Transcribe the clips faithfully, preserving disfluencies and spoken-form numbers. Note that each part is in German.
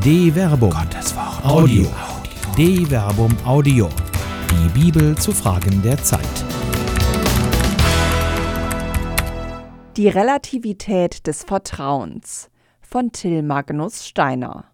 De Verbum. Gottes Wort. Audio. De Verbum Audio. Die Bibel zu Fragen der Zeit. Die Relativität des Vertrauens von Till Magnus Steiner.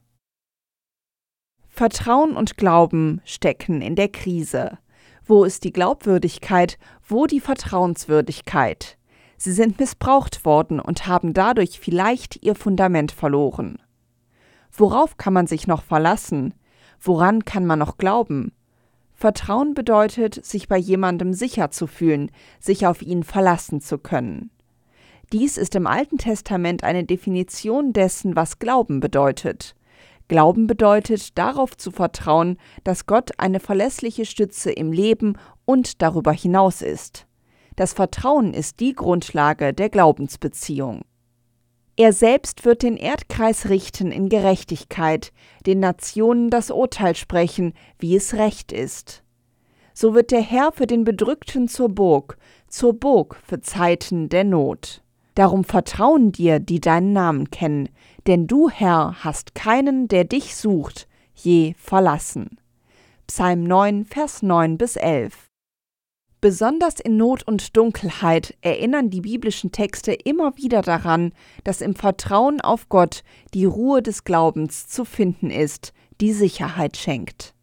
Vertrauen und Glauben stecken in der Krise. Wo ist die Glaubwürdigkeit, wo die Vertrauenswürdigkeit? Sie sind missbraucht worden und haben dadurch vielleicht ihr Fundament verloren. Worauf kann man sich noch verlassen? Woran kann man noch glauben? Vertrauen bedeutet, sich bei jemandem sicher zu fühlen, sich auf ihn verlassen zu können. Dies ist im Alten Testament eine Definition dessen, was Glauben bedeutet. Glauben bedeutet, darauf zu vertrauen, dass Gott eine verlässliche Stütze im Leben und darüber hinaus ist. Das Vertrauen ist die Grundlage der Glaubensbeziehung. Er selbst wird den Erdkreis richten in Gerechtigkeit, den Nationen das Urteil sprechen, wie es recht ist. So wird der Herr für den Bedrückten zur Burg, zur Burg für Zeiten der Not. Darum vertrauen dir, die deinen Namen kennen, denn du, Herr, hast keinen, der dich sucht, je verlassen. Psalm neun, Vers neun bis elf. Besonders in Not und Dunkelheit erinnern die biblischen Texte immer wieder daran, dass im Vertrauen auf Gott die Ruhe des Glaubens zu finden ist, die Sicherheit schenkt.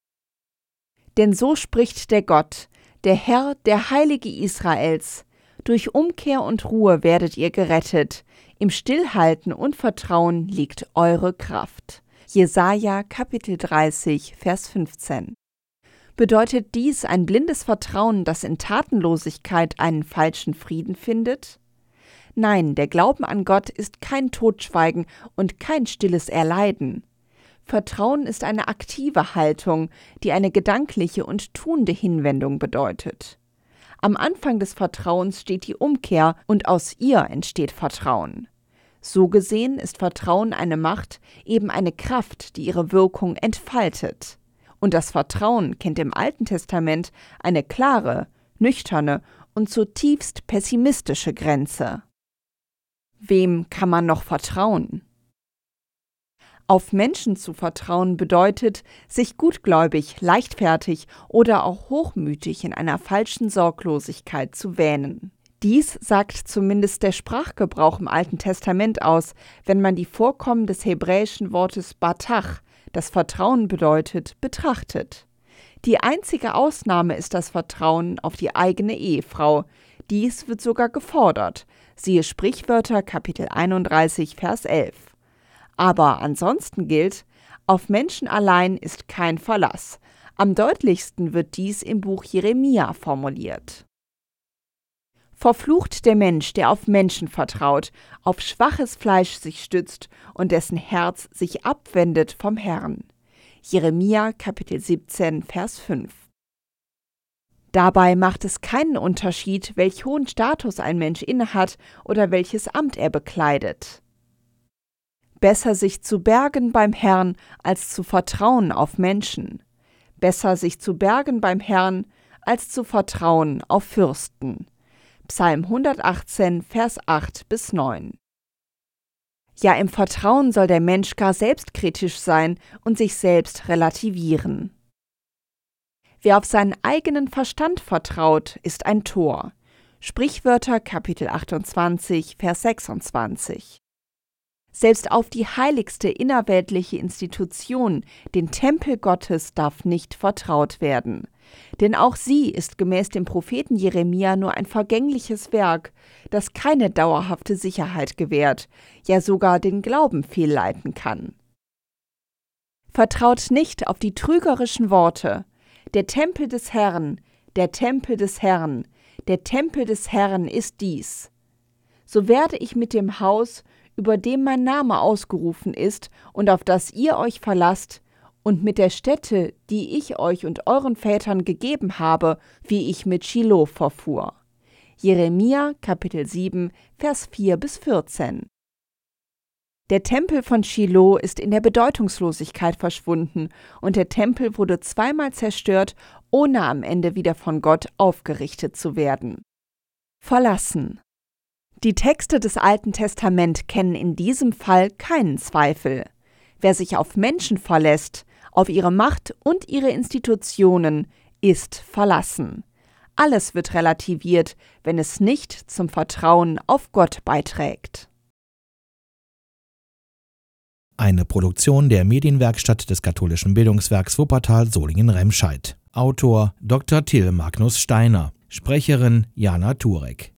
Denn so spricht der Gott, der Herr, der Heilige Israels: Durch Umkehr und Ruhe werdet ihr gerettet, im Stillhalten und Vertrauen liegt eure Kraft. Jesaja Kapitel dreißig, Vers fünfzehn. Bedeutet dies ein blindes Vertrauen, das in Tatenlosigkeit einen falschen Frieden findet? Nein, der Glauben an Gott ist kein Totschweigen und kein stilles Erleiden. Vertrauen ist eine aktive Haltung, die eine gedankliche und tuende Hinwendung bedeutet. Am Anfang des Vertrauens steht die Umkehr und aus ihr entsteht Vertrauen. So gesehen ist Vertrauen eine Macht, eben eine Kraft, die ihre Wirkung entfaltet. Und das Vertrauen kennt im Alten Testament eine klare, nüchterne und zutiefst pessimistische Grenze. Wem kann man noch vertrauen? Auf Menschen zu vertrauen bedeutet, sich gutgläubig, leichtfertig oder auch hochmütig in einer falschen Sorglosigkeit zu wähnen. Dies sagt zumindest der Sprachgebrauch im Alten Testament aus, wenn man die Vorkommen des hebräischen Wortes Batach, das Vertrauen bedeutet, betrachtet. Die einzige Ausnahme ist das Vertrauen auf die eigene Ehefrau. Dies wird sogar gefordert. Siehe Sprichwörter Kapitel einunddreißig, Vers elf. Aber ansonsten gilt, auf Menschen allein ist kein Verlass. Am deutlichsten wird dies im Buch Jeremia formuliert. Verflucht der Mensch, der auf Menschen vertraut, auf schwaches Fleisch sich stützt und dessen Herz sich abwendet vom Herrn. Jeremia Kapitel siebzehn, Vers fünf. Dabei macht es keinen Unterschied, welch hohen Status ein Mensch innehat oder welches Amt er bekleidet. Besser sich zu bergen beim Herrn, als zu vertrauen auf Menschen. Besser sich zu bergen beim Herrn, als zu vertrauen auf Fürsten. Psalm hundertachtzehn, Vers acht bis neun. Ja, im Vertrauen soll der Mensch gar selbstkritisch sein und sich selbst relativieren. Wer auf seinen eigenen Verstand vertraut, ist ein Tor. Sprichwörter Kapitel achtundzwanzig, Vers sechsundzwanzig. Selbst auf die heiligste innerweltliche Institution, den Tempel Gottes, darf nicht vertraut werden. Denn auch sie ist gemäß dem Propheten Jeremia nur ein vergängliches Werk, das keine dauerhafte Sicherheit gewährt, ja sogar den Glauben fehlleiten kann. Vertraut nicht auf die trügerischen Worte: Der Tempel des Herrn, der Tempel des Herrn, der Tempel des Herrn ist dies. So werde ich mit dem Haus, über dem mein Name ausgerufen ist und auf das ihr euch verlasst, und mit der Stätte, die ich euch und euren Vätern gegeben habe, wie ich mit Schilo verfuhr. Jeremia, Kapitel sieben, Vers vier bis vierzehn. Der Tempel von Schilo ist in der Bedeutungslosigkeit verschwunden, und der Tempel wurde zweimal zerstört, ohne am Ende wieder von Gott aufgerichtet zu werden. Verlassen. Die Texte des Alten Testament kennen in diesem Fall keinen Zweifel. Wer sich auf Menschen verlässt, auf ihre Macht und ihre Institutionen, ist verlassen. Alles wird relativiert, wenn es nicht zum Vertrauen auf Gott beiträgt. Eine Produktion der Medienwerkstatt des katholischen Bildungswerks Wuppertal Solingen-Remscheid. Autor Doktor Till Magnus Steiner. Sprecherin Jana Turek.